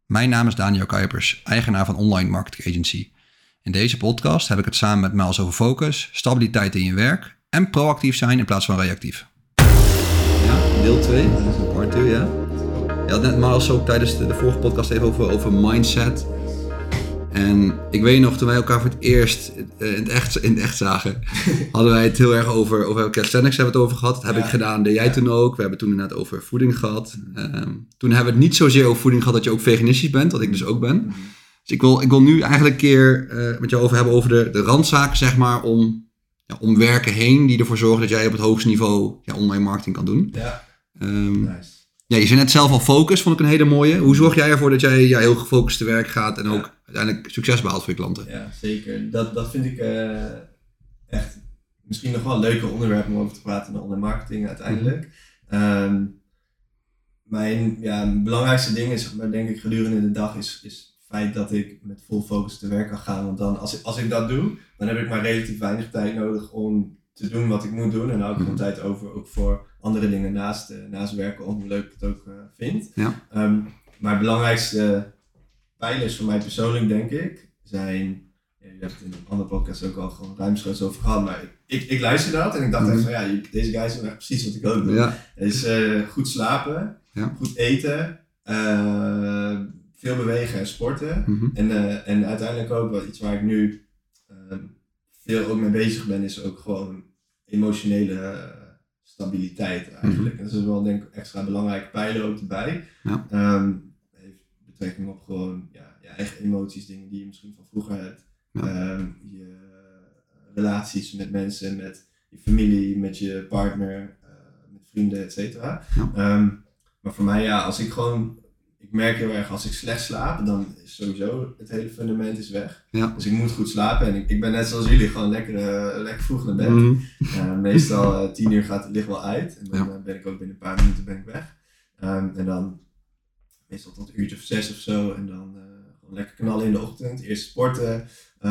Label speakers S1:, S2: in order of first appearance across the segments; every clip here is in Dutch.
S1: Mijn naam is Daniel Kuipers, eigenaar van Online Marketing Agency. In deze podcast heb ik het samen met Miles over focus, stabiliteit in je werk en proactief zijn in plaats van reactief. Ja, deel 2, dat is een part 2, ja. Je had net Miles ook tijdens de vorige podcast even over mindset. En ik weet nog, toen wij elkaar voor het eerst in het echt zagen, hadden wij het heel erg over calisthenics hebben we het over gehad. Dat heb ik gedaan, deed jij toen ook. We hebben toen inderdaad over voeding gehad. Toen hebben we het niet zozeer over voeding gehad dat je ook veganistisch bent, wat ik dus ook ben. Dus ik wil nu eigenlijk een keer met jou over hebben over de randzaken, zeg maar, om werken heen die ervoor zorgen dat jij op het hoogste niveau online marketing kan doen.
S2: Ja,
S1: nice. Ja, je zei net zelf al focus, vond ik een hele mooie. Hoe zorg jij ervoor dat jij heel gefocust te werk gaat en ook uiteindelijk succes behaalt voor je klanten?
S2: Ja, zeker. Dat vind ik echt misschien nog wel een leuker onderwerp om over te praten dan online marketing uiteindelijk. Mijn belangrijkste ding is, denk ik, gedurende de dag is het feit dat ik met full focus te werk kan gaan. Want dan, als ik dat doe, dan heb ik maar relatief weinig tijd nodig om te doen wat ik moet doen. En dan hou ik gewoon tijd over ook voor andere dingen naast werken, om hoe leuk ik het ook vind.
S1: Ja.
S2: Maar het belangrijkste pijlers voor mij persoonlijk, denk ik, zijn... Ja, je hebt het in een andere podcast ook al gewoon ruimschoots over gehad, maar ik luister dat en ik dacht echt van deze guys doen echt precies wat ik ook doe. Ja. Dus goed slapen, goed eten, veel bewegen en sporten. En uiteindelijk ook wel iets waar ik nu veel ook mee bezig ben, is ook gewoon emotionele stabiliteit eigenlijk. En dat is wel denk ik extra belangrijke pijler ook erbij. Ja. Heeft betrekking op gewoon je eigen emoties, dingen die je misschien van vroeger hebt. Je relaties met mensen, met je familie, met je partner, met vrienden, et cetera. Maar voor mij ik merk heel erg als ik slecht slaap, dan is sowieso het hele fundament is weg. Ja. Dus ik moet goed slapen en ik ben net zoals jullie gewoon lekker vroeg naar bed. Meestal 10 uur gaat het licht wel uit en dan ben ik ook binnen een paar minuten weg. En dan meestal tot een uurtje of 6 of zo en dan gewoon lekker knallen in de ochtend. Eerst sporten.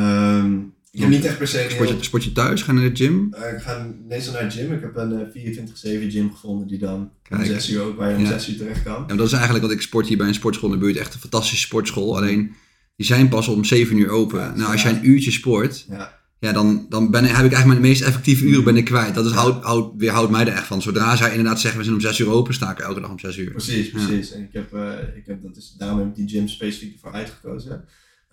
S2: Ik heb niet echt per se...
S1: Sport je thuis? Ga je naar de gym?
S2: Ik ga meestal naar de gym. Ik heb een 24/7 gym gevonden die dan om 6 uur ook, waar je om 6 uur terecht kan.
S1: Ja, dat is eigenlijk wat ik sport hier bij een sportschool in de buurt. Echt een fantastische sportschool. Alleen, die zijn pas om 7 uur open. Ja, nou, als jij een uurtje sport, dan heb ik eigenlijk mijn meest effectieve uren kwijt. Dat is, weerhoudt mij er echt van. Zodra zij inderdaad zeggen, we zijn om 6 uur open, sta ik elke dag om 6 uur.
S2: Precies. En ik heb daarom heb ik die gym specifiek ervoor uitgekozen.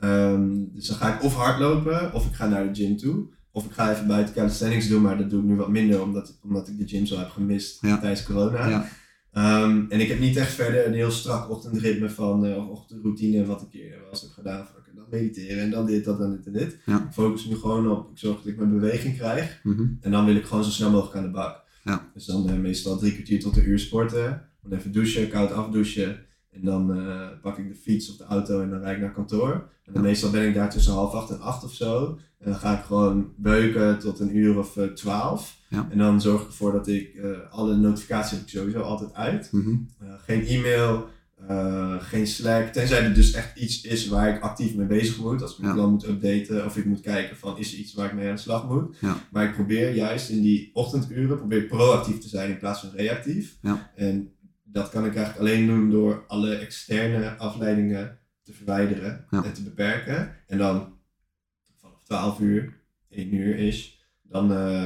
S2: Dus dan ga ik of hardlopen, of ik ga naar de gym toe. Of ik ga even buiten calisthenics doen, maar dat doe ik nu wat minder, omdat ik de gym zo heb gemist tijdens corona. Ja. En ik heb niet echt verder een heel strak ochtendritme van ochtendroutine, wat ik eerder wel eens heb gedaan. Van, dan mediteren en dan dit, dat en dit en dit. Ja. Ik focus nu gewoon op, ik zorg dat ik mijn beweging krijg. En dan wil ik gewoon zo snel mogelijk aan de bak. Ja. Dus dan meestal 3 kwartier tot een uur sporten. Dan even douchen, koud afdouchen. En dan pak ik de fiets of de auto en dan rijd ik naar kantoor. En dan meestal ben ik daar tussen 7:30 en 8 of zo. En dan ga ik gewoon beuken tot een uur of 12. Ja. En dan zorg ik ervoor dat ik alle notificaties heb ik sowieso altijd uit. Geen e-mail, geen Slack. Tenzij er dus echt iets is waar ik actief mee bezig moet. Als ik mijn plan moet updaten of ik moet kijken van is er iets waar ik mee aan de slag moet. Ja. Maar ik probeer juist in die ochtenduren proactief te zijn in plaats van reactief. Ja. En dat kan ik eigenlijk alleen doen door alle externe afleidingen te verwijderen en te beperken. En dan vanaf 12 uur, 1 uur is, dan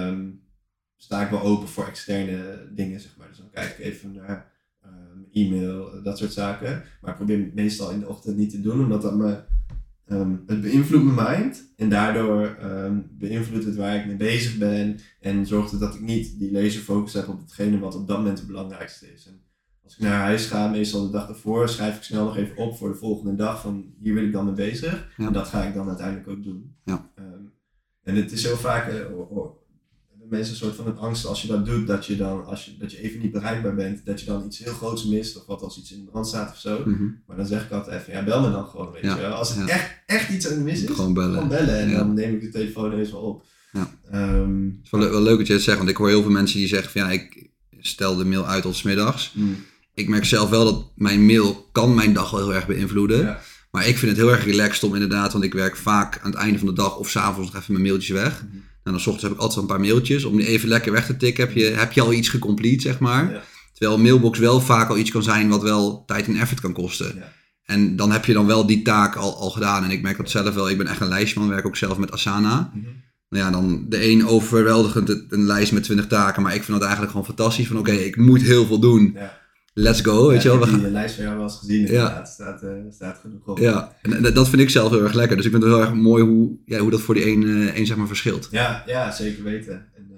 S2: sta ik wel open voor externe dingen, zeg maar. Dus dan kijk ik even naar e-mail, dat soort zaken. Maar ik probeer het meestal in de ochtend niet te doen, omdat dat het beïnvloedt mijn mind. En daardoor beïnvloedt het waar ik mee bezig ben. En zorgt het dat ik niet die laserfocus heb op hetgene wat op dat moment het belangrijkste is. En als ik naar huis ga, meestal de dag ervoor, schrijf ik snel nog even op voor de volgende dag van hier wil ik dan mee bezig. Ja. En dat ga ik dan uiteindelijk ook doen. Ja. En het is heel vaak, hebben mensen een soort van een angst als je dat doet, dat je dan, dat je even niet bereikbaar bent, dat je dan iets heel groots mist of wat als iets in de hand staat of zo. Maar dan zeg ik altijd even, bel me dan gewoon, weet je wel. Als het echt iets aan de mis is, gewoon bellen. En dan neem ik de telefoon eens wel op. Ja.
S1: Het is wel leuk dat je het zegt, want ik hoor heel veel mensen die zeggen van ik stel de mail uit tot 's middags. Ik merk zelf wel dat mijn mail kan mijn dag wel heel erg beïnvloeden. Ja. Maar ik vind het heel erg relaxed om inderdaad, want ik werk vaak aan het einde van de dag of 's avonds nog even mijn mailtjes weg. En dan 's ochtends heb ik altijd een paar mailtjes. Om die even lekker weg te tikken heb je al iets gecomplete, zeg maar. Ja. Terwijl een mailbox wel vaak al iets kan zijn wat wel tijd en effort kan kosten. Ja. En dan heb je dan wel die taak al gedaan. En ik merk dat zelf wel. Ik ben echt een lijstman. Werk ook zelf met Asana. Nou ja, dan de een overweldigend een lijst met 20 taken. Maar ik vind dat eigenlijk gewoon fantastisch. Van oké, ik moet heel veel doen. Ja. Let's go, weet je wel.
S2: Ik heb die lijst van jou wel eens gezien inderdaad. Staat genoeg op.
S1: Ja, en dat vind ik zelf heel erg lekker. Dus ik vind het heel erg mooi hoe dat voor die een zeg maar verschilt.
S2: Ja, zeker weten. En,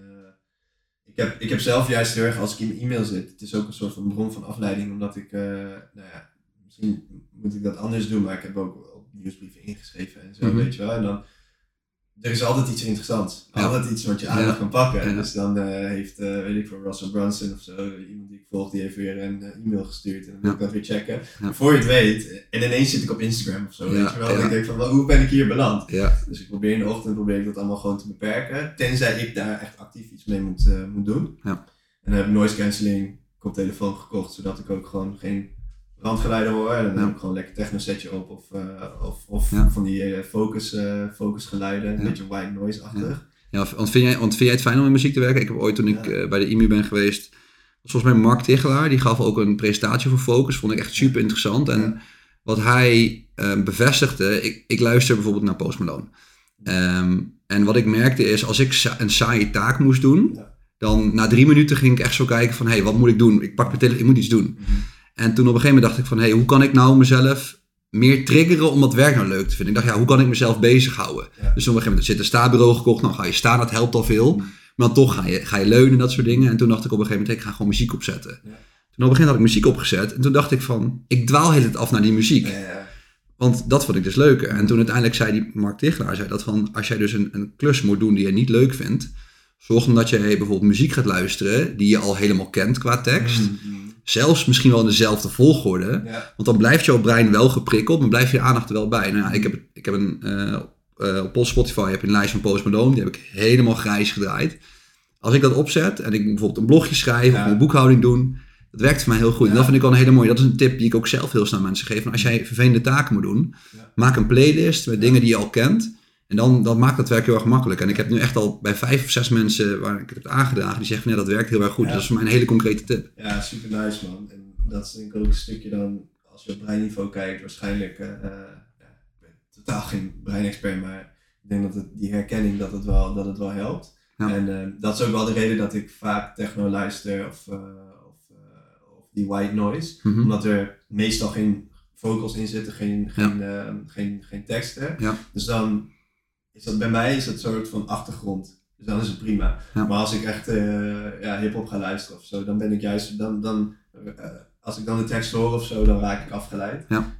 S2: ik heb zelf juist heel erg, als ik in mijn e-mail zit, het is ook een soort van bron van afleiding. Omdat ik, misschien moet ik dat anders doen. Maar ik heb ook op nieuwsbrieven ingeschreven en zo, weet je wel. En dan, er is altijd iets interessants. Altijd iets wat je aandacht kan pakken. Ja. Dus dan heeft, weet ik veel, Russell Brunson of zo, iemand die ik volg, die heeft weer een e-mail gestuurd. En dan moet ik dat weer checken. Ja. Voor je het weet, en ineens zit ik op Instagram of zo, weet je wel. En ik denk van, hoe ben ik hier beland? Ja. Dus ik probeer in de ochtend dat allemaal gewoon te beperken. Tenzij ik daar echt actief iets mee moet doen. Ja. En dan heb ik noise cancelling koptelefoon gekocht, zodat ik ook gewoon geen randgeluiden hoor. En dan heb ik gewoon lekker techno setje op of van die focusgeluiden, een beetje white noise-achtig.
S1: Ja, want vind jij het fijn om met muziek te werken? Ik heb ooit toen ik bij de IMU ben geweest, was volgens mij Mark Tichelaar, die gaf ook een presentatie over focus, vond ik echt super interessant. En wat hij bevestigde, ik luister bijvoorbeeld naar Post Malone. En wat ik merkte is, als ik een saaie taak moest doen, dan na 3 minuten ging ik echt zo kijken van, hey, wat moet ik doen? Ik pak mijn telefoon, ik moet iets doen. En toen op een gegeven moment dacht ik van, hey, hoe kan ik nou mezelf meer triggeren om dat werk nou leuk te vinden? Ik dacht, hoe kan ik mezelf bezighouden? Ja. Dus op een gegeven moment zit een stabureau gekocht, dan ga je staan, dat helpt al veel. Maar dan toch ga je leunen en dat soort dingen. En toen dacht ik op een gegeven moment, ik ga gewoon muziek opzetten. Ja. Toen op een gegeven moment had ik muziek opgezet. En toen dacht ik van, ik dwaal heel het af naar die muziek. Ja. Want dat vond ik dus leuker. En toen uiteindelijk zei die Mark Tichelaar, dat van, als jij dus een klus moet doen die je niet leuk vindt, zorg dan dat je bijvoorbeeld muziek gaat luisteren die je al helemaal kent qua tekst. Zelfs misschien wel in dezelfde volgorde. Ja. Want dan blijft jouw brein wel geprikkeld, maar blijft je aandacht er wel bij. Nou ja, ik heb op Spotify heb je een lijst van Post Malone. Die heb ik helemaal grijs gedraaid. Als ik dat opzet en ik bijvoorbeeld een blogje schrijf of een boekhouding doen, dat werkt voor mij heel goed. Ja. En dat vind ik wel een hele mooie. Dat is een tip die ik ook zelf heel snel aan mensen geef. Van als jij vervelende taken moet doen, maak een playlist met dingen die je al kent. En dan maakt dat werk heel erg makkelijk. En ik heb nu echt al bij 5 of 6 mensen waar ik het heb aangedragen, die zeggen van dat werkt heel erg goed. Ja. Dat is voor mij een hele concrete tip.
S2: Ja, super nice man. En dat is denk ik ook een stukje dan, als je op breinniveau kijkt, waarschijnlijk, ik ben totaal geen breinexpert, maar ik denk dat die herkenning dat het wel helpt. Ja. En dat is ook wel de reden dat ik vaak techno luister of die white noise. Omdat er meestal geen vocals in zitten, geen teksten. Ja. Dus dan is dat bij mij een soort van achtergrond. Dus dan is het prima. Ja. Maar als ik echt hip-hop ga luisteren of zo, dan ben ik juist, als ik dan de tekst hoor of zo, dan raak ik afgeleid. Ja.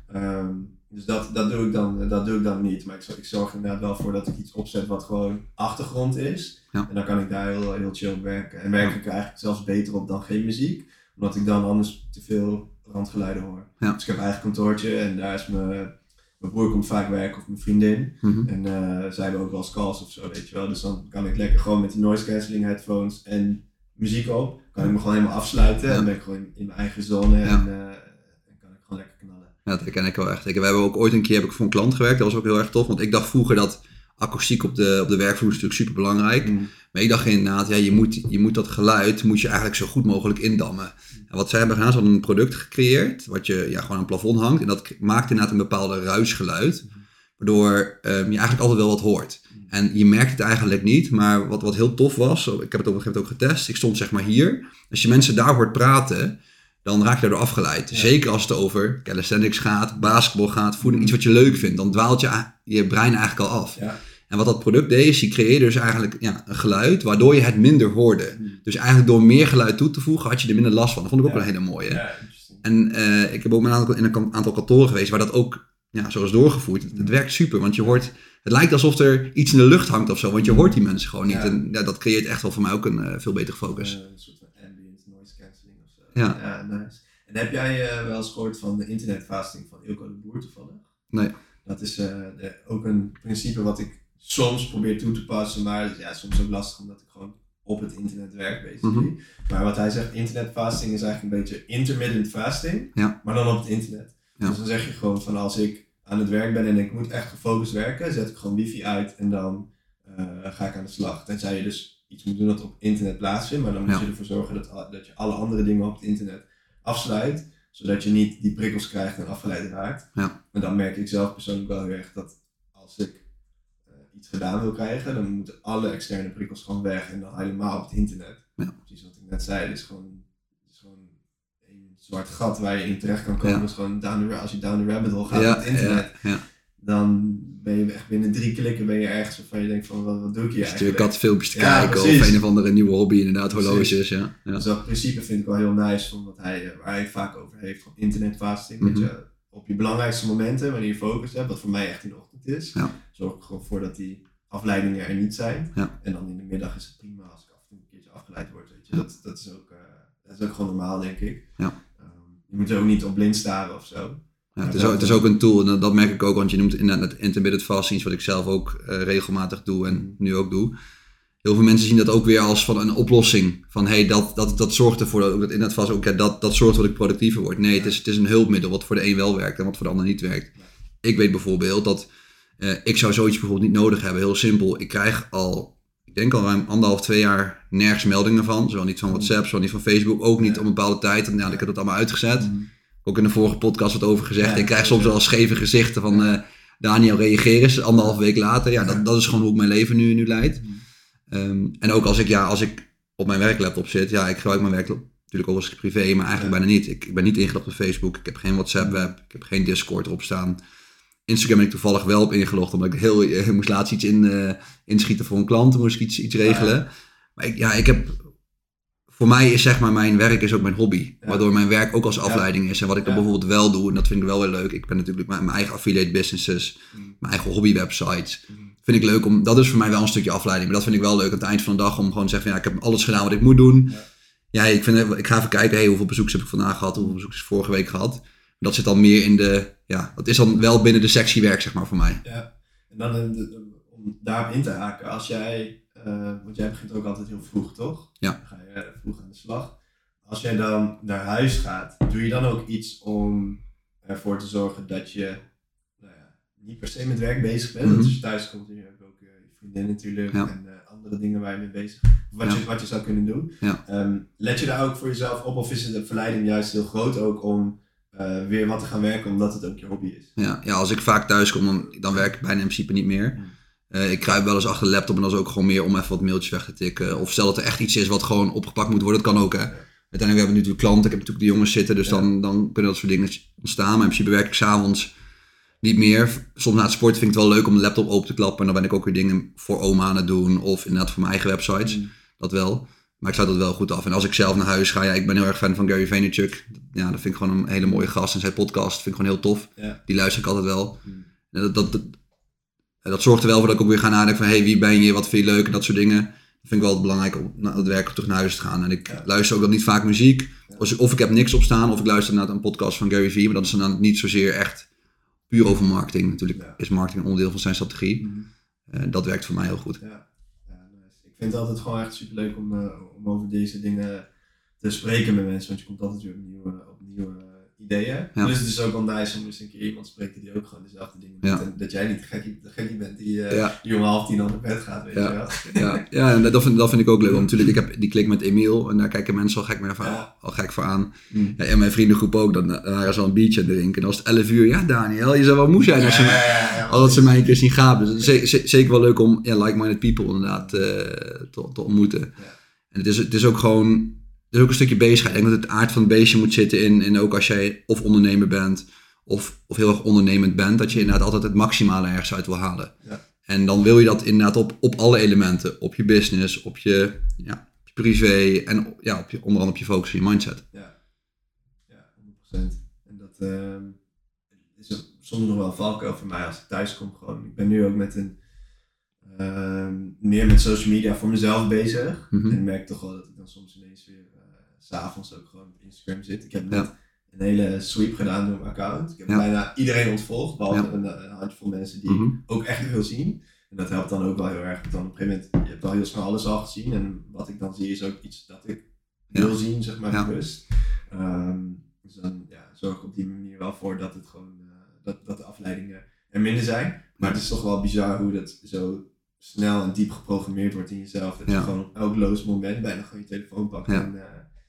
S2: Dus dat doe ik dan niet. Maar ik zorg inderdaad wel voor dat ik iets opzet wat gewoon achtergrond is. Ja. En dan kan ik daar heel chill op werken. En werk ik er eigenlijk zelfs beter op dan geen muziek. Omdat ik dan anders te veel randgeluiden hoor. Ja. Dus ik heb een eigen kantoortje en daar is mijn broer komt vaak werken of mijn vriendin. En zij hebben ook wel eens calls of zo, weet je wel. Dus dan kan ik lekker gewoon met die noise cancelling headphones en muziek op. Kan ik me gewoon helemaal afsluiten. En dan ben ik gewoon in mijn eigen zone en kan ik gewoon lekker knallen. Ja,
S1: dat herken ik wel echt. We hebben ook ooit een keer voor een klant gewerkt. Dat was ook heel erg tof. Want ik dacht vroeger dat akoestiek op de werkvloer is natuurlijk super belangrijk. Maar ik dacht inderdaad, je moet dat geluid moet je eigenlijk zo goed mogelijk indammen. En wat zij hebben gedaan, ze hadden een product gecreëerd, wat je gewoon aan het plafond hangt. En dat maakt inderdaad een bepaalde ruisgeluid. Waardoor je eigenlijk altijd wel wat hoort. En je merkt het eigenlijk niet, maar wat heel tof was, ik heb het op een gegeven moment ook getest. Ik stond zeg maar hier. Als je mensen daar hoort praten, dan raak je daardoor afgeleid. Ja. Zeker als het over calisthenics gaat, basketbal gaat, voeding, iets wat je leuk vindt. Dan dwaalt je brein eigenlijk al af. Ja. En wat dat product deed, is die creëerde dus eigenlijk een geluid, waardoor je het minder hoorde. Dus eigenlijk door meer geluid toe te voegen, had je er minder last van. Dat vond ik ook wel een hele mooie. Ja, en ik heb ook in een aantal kantoren geweest, waar dat ook zo is doorgevoerd. Het werkt super, want je hoort, het lijkt alsof er iets in de lucht hangt of zo, want je hoort die mensen gewoon niet. Ja. En dat creëert echt wel voor mij ook een veel betere focus.
S2: Een soort van ambient noise cancelling of zo. Ja, nice. En heb jij wel eens gehoord van de internetfasting van Ilko de Boer toevallig?
S1: Nee.
S2: Dat is ook een principe wat ik soms probeer toe te passen, maar soms ook lastig omdat ik gewoon op het internet werk, basically. Maar wat hij zegt, internetfasting is eigenlijk een beetje intermittent fasting, maar dan op het internet. Ja. Dus dan zeg je gewoon van als ik aan het werk ben en ik moet echt gefocust werken, zet ik gewoon wifi uit en dan ga ik aan de slag. Tenzij je dus iets moet doen dat op internet plaatsvindt, maar dan moet je ervoor zorgen dat je alle andere dingen op het internet afsluit, Zodat je niet die prikkels krijgt en afgeleid raakt.
S1: Ja.
S2: En dan merk ik zelf persoonlijk wel heel erg dat als ik iets gedaan wil krijgen, dan moeten alle externe prikkels gewoon weg. En dan helemaal op het internet.
S1: Ja.
S2: Precies wat ik net zei, het is gewoon een zwart gat waar je in terecht kan komen.
S1: Ja.
S2: Dus gewoon als je down the rabbit hole gaat op het internet, dan ben je echt binnen 3 klikken ben je ergens waarvan je denkt van wat doe ik hier eigenlijk?
S1: Katfilmpjes te kijken of een of andere nieuwe hobby, inderdaad, horloges. Ja.
S2: Dus dat principe vind ik wel heel nice van waar hij vaak over heeft, van internetfasting.
S1: Mm-hmm.
S2: Dat je op je belangrijkste momenten, wanneer je focus hebt, wat voor mij echt in de ochtend is, zorg ik gewoon voor dat die afleidingen er niet zijn.
S1: Ja.
S2: En dan in de middag is het prima als ik af en toe een keertje afgeleid word. Weet je. Dat is ook gewoon normaal, denk ik.
S1: Ja.
S2: Je moet er ook niet op blind staren of zo.
S1: Ja, het is ook een tool en dat merk ik ook, want je noemt inderdaad het intermittent fasting, iets wat ik zelf ook regelmatig doe en nu ook doe. Heel veel mensen zien dat ook weer als van een oplossing. Van dat zorgt ervoor dat intermittent fasting dat zorgt dat ik productiever word. Nee, het is een hulpmiddel wat voor de een wel werkt en wat voor de ander niet werkt. Ik weet bijvoorbeeld dat ik zou zoiets bijvoorbeeld niet nodig hebben. Heel simpel. Ik krijg ik denk al ruim 1,5-2 jaar nergens meldingen van. Zowel niet van WhatsApp, zowel niet van Facebook. Ook niet op een bepaalde tijd. En ik heb dat allemaal uitgezet. Ook in de vorige podcast wat over gezegd. Ik krijg soms wel scheve gezichten van Daniel, reageer eens. 1,5 week later. Ja, dat is gewoon hoe ik mijn leven nu leid. En ook als ik op mijn werklaptop zit. Ja, ik gebruik mijn werklaptop natuurlijk ook als privé. Maar eigenlijk bijna niet. Ik ben niet ingelogd op Facebook. Ik heb geen WhatsApp web. Ik heb geen Discord erop staan. Instagram ben ik toevallig wel op ingelogd. Omdat ik moest laatst iets inschieten voor een klant. Moest ik iets regelen. Maar ik heb... Voor mij is zeg maar mijn werk is ook mijn hobby. Waardoor mijn werk ook als afleiding is. En wat ik dan bijvoorbeeld wel doe, en dat vind ik wel heel leuk. Ik ben natuurlijk mijn eigen affiliate businesses. Mijn eigen hobby websites. Vind ik leuk dat is voor mij wel een stukje afleiding. Maar dat vind ik wel leuk aan het eind van de dag. Om gewoon te zeggen van ik heb alles gedaan wat ik moet doen. Ja, ik ga even kijken. Hoeveel bezoekers heb ik vandaag gehad? Hoeveel bezoekers vorige week gehad? Dat zit dan meer in dat is dan wel binnen de sectie werk zeg maar voor mij.
S2: Ja, en dan om daarop in te haken. Als jij... want jij begint ook altijd heel vroeg, toch?
S1: Ja.
S2: Dan ga je vroeg aan de slag. Als jij dan naar huis gaat, doe je dan ook iets om ervoor te zorgen dat je niet per se met werk bezig bent? Want als je thuis komt, en je hebt ook je vriendin natuurlijk en andere dingen waar je mee bezig bent. Wat je zou kunnen doen. Ja. Let je daar ook voor jezelf op of is de verleiding juist heel groot ook om weer wat te gaan werken omdat het ook je hobby is?
S1: Ja, als ik vaak thuis kom, dan werk ik bijna in principe niet meer. Ik kruip wel eens achter de laptop en dat is ook gewoon meer om even wat mailtjes weg te tikken. Of stel dat er echt iets is wat gewoon opgepakt moet worden, dat kan ook hè. Uiteindelijk hebben we natuurlijk klanten, ik heb natuurlijk de jongens zitten, dus dan kunnen dat soort dingen ontstaan. Maar in principe werk ik 's avonds niet meer. Soms na het sport vind ik het wel leuk om de laptop open te klappen en dan ben ik ook weer dingen voor oma aan het doen of inderdaad voor mijn eigen websites. Dat wel. Maar ik sluit dat wel goed af. En als ik zelf naar huis ga, ik ben heel erg fan van Gary Vaynerchuk. Ja, dat vind ik gewoon een hele mooie gast en zijn podcast vind ik gewoon heel tof. Die luister ik altijd wel. Dat zorgt er wel voor dat ik ook weer ga nadenken van wie ben je, wat vind je leuk en dat soort dingen. Dat vind ik wel belangrijk om na het werk terug naar huis te gaan. En ik luister ook dan niet vaak muziek. Of ik heb niks op staan of ik luister naar een podcast van Gary Vee. Maar dat is dan niet zozeer echt puur over marketing. Natuurlijk is marketing een onderdeel van zijn strategie. Dat werkt voor mij heel goed.
S2: Nice. Ik vind het altijd gewoon echt superleuk om over deze dingen te spreken met mensen. Want je komt altijd weer op nieuwe ideeën. Ja. Dus het is ook wel nice om eens een keer iemand te spreken die ook gewoon dezelfde dingen doet. En dat jij niet de gekkie bent die om 9:30 naar bed gaat, weet je wel.
S1: Ja, en dat vind ik ook leuk. Want natuurlijk, ik heb die klik met Emiel en daar kijken mensen al gek voor aan. Ja, en mijn vriendengroep ook, dan waren ze al een biertje aan het drinken. En dan was het 11 uur, ja Daniel, je zou wel moe zijn als ze mij een keer zien gaan. Dus het is zeker wel leuk om like-minded people inderdaad te ontmoeten. En het is ook gewoon... Het is ook een stukje bezigheid. Ik denk dat het aard van het beestje moet zitten in ook als jij of ondernemer bent of heel erg ondernemend bent, dat je inderdaad altijd het maximale ergens uit wil halen. Ja. En dan wil je dat inderdaad op alle elementen. Op je business, op je privé en onder andere op je focus en je mindset.
S2: Ja, 100%. En dat is soms nog wel een valkuil voor mij als ik thuis kom. Gewoon. Ik ben nu ook met meer met social media voor mezelf bezig. En ik merk toch wel dat ik dan soms ineens weer 's avonds ook gewoon op Instagram zit. Ik heb net een hele sweep gedaan door mijn account. Ik heb bijna iedereen ontvolgd, behalve een handjevol mensen die ik ook echt wil zien. En dat helpt dan ook wel heel erg. Dan op een gegeven moment, je hebt al heel snel alles al gezien. En wat ik dan zie is ook iets dat ik wil zien, zeg maar, bewust. Dus dan zorg ik op die manier wel voor dat het gewoon, dat de afleidingen er minder zijn. Maar het is toch wel bizar hoe dat zo snel en diep geprogrammeerd wordt in jezelf. Dat je gewoon op elk loos moment bijna gewoon je telefoon pakt en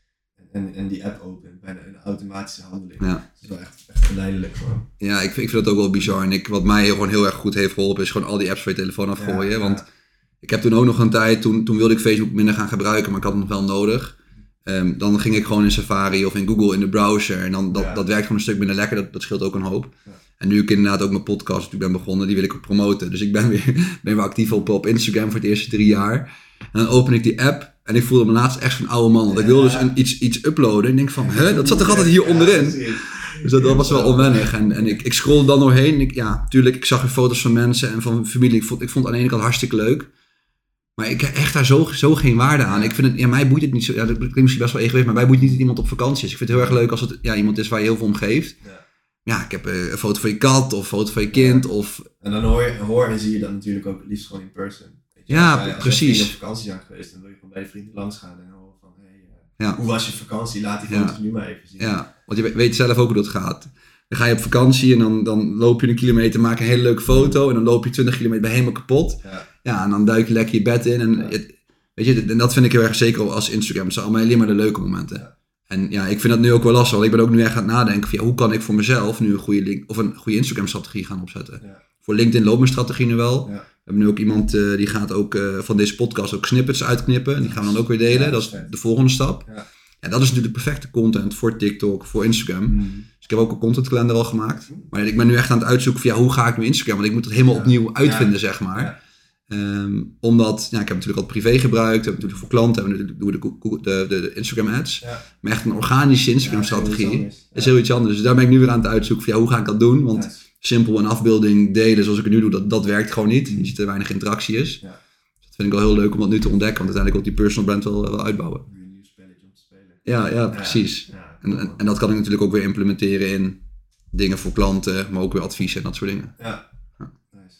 S2: en die app opent. Bijna een automatische handeling.
S1: Ja.
S2: Dat is wel echt geleidelijk gewoon.
S1: Ja, ik vind dat ook wel bizar. En wat mij gewoon heel erg goed heeft geholpen is gewoon al die apps van je telefoon afgooien.
S2: Ja.
S1: Want ik heb toen ook nog een tijd, toen wilde ik Facebook minder gaan gebruiken, maar ik had het nog wel nodig. Dan ging ik gewoon in Safari of in Google in de browser. En dan dat werkt gewoon een stuk minder lekker. Dat scheelt ook een hoop. Ja. En nu ik inderdaad ook mijn podcast ben begonnen, die wil ik ook promoten. Dus ik ben weer actief op Instagram voor de eerste 3 jaar. En dan open ik die app en ik voelde me laatst echt zo'n oude man. Want ik wilde dus iets uploaden. En ik denk van, dat zat toch altijd hier onderin? Dus dat was wel onwennig. En ik scrollde dan doorheen. Ik zag weer foto's van mensen en van familie. Ik vond het aan de ene kant hartstikke leuk. Maar ik hecht daar zo geen waarde aan. Ik vind het, mij boeit het niet zo. Ja, dat klinkt misschien best wel egoïst, maar mij boeit niet dat iemand op vakantie is. Ik vind het heel erg leuk als het iemand is waar je heel veel om geeft. Ja, ik heb een foto van je kat of een foto van je kind. Ja.
S2: En dan hoor en zie je dat natuurlijk ook het liefst gewoon in person.
S1: Ja, precies.
S2: Als je op vakantie zijn geweest, dan wil je gewoon bij je vrienden langs gaan en horen van, hoe was je vakantie? Laat die foto's nu maar even zien.
S1: Ja, want je weet zelf ook hoe dat gaat. Dan ga je op vakantie en dan loop je een kilometer, maak een hele leuke foto en dan loop je 20 kilometer bij helemaal kapot. Ja, en dan duik je lekker je bed in en weet je, en dat vind ik heel erg zeker als Instagram. Het zijn allemaal alleen maar de leuke momenten. Ja. En ik vind dat nu ook wel lastig, want ik ben ook nu echt aan het nadenken van hoe kan ik voor mezelf nu een goede Instagram strategie gaan opzetten. Ja. Voor LinkedIn loopt mijn strategie nu wel. Ja. We hebben nu ook iemand die gaat ook van deze podcast ook snippets uitknippen. En die gaan we dan ook weer delen. Ja, dat is de volgende stap. Ja. Ja, dat is natuurlijk de perfecte content voor TikTok, voor Instagram. Dus ik heb ook een contentkalender al gemaakt. Maar ik ben nu echt aan het uitzoeken van hoe ga ik nu Instagram? Want ik moet het helemaal opnieuw uitvinden, zeg maar. Ja. Omdat, ik heb natuurlijk al privé gebruikt. We hebben natuurlijk voor klanten doen de Instagram ads. Ja. Maar echt een organische Instagram strategie is heel iets anders. Dus daar ben ik nu weer aan het uitzoeken van hoe ga ik dat doen? Want simpel een afbeelding delen zoals ik het nu doe, dat werkt gewoon niet. Je ziet er weinig interactie is. Ja. Dus dat vind ik wel heel leuk om dat nu te ontdekken. Want uiteindelijk ook die personal brand wel uitbouwen.
S2: Een nieuw spelletje om te spelen.
S1: Ja, precies. Ja, en dat kan ik natuurlijk ook weer implementeren in dingen voor klanten, maar ook weer adviezen en dat soort dingen.
S2: Ja. Nice.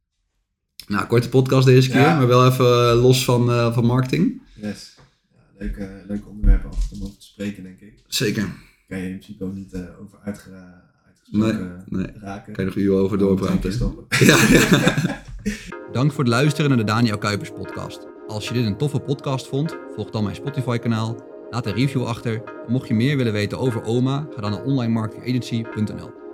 S1: Nou, korte podcast deze keer, maar wel even los van marketing.
S2: Yes. Ja, leuke onderwerpen om over te spreken, denk ik.
S1: Zeker.
S2: Kan je in principe ook niet over uitgesproken raken.
S1: Kan je nog uren over doorpraten. Ja. Dank voor het luisteren naar de Daniel Kuipers podcast. Als je dit een toffe podcast vond, volg dan mijn Spotify kanaal. Laat een review achter. En mocht je meer willen weten over OMA, ga dan naar onlinemarketingagency.nl.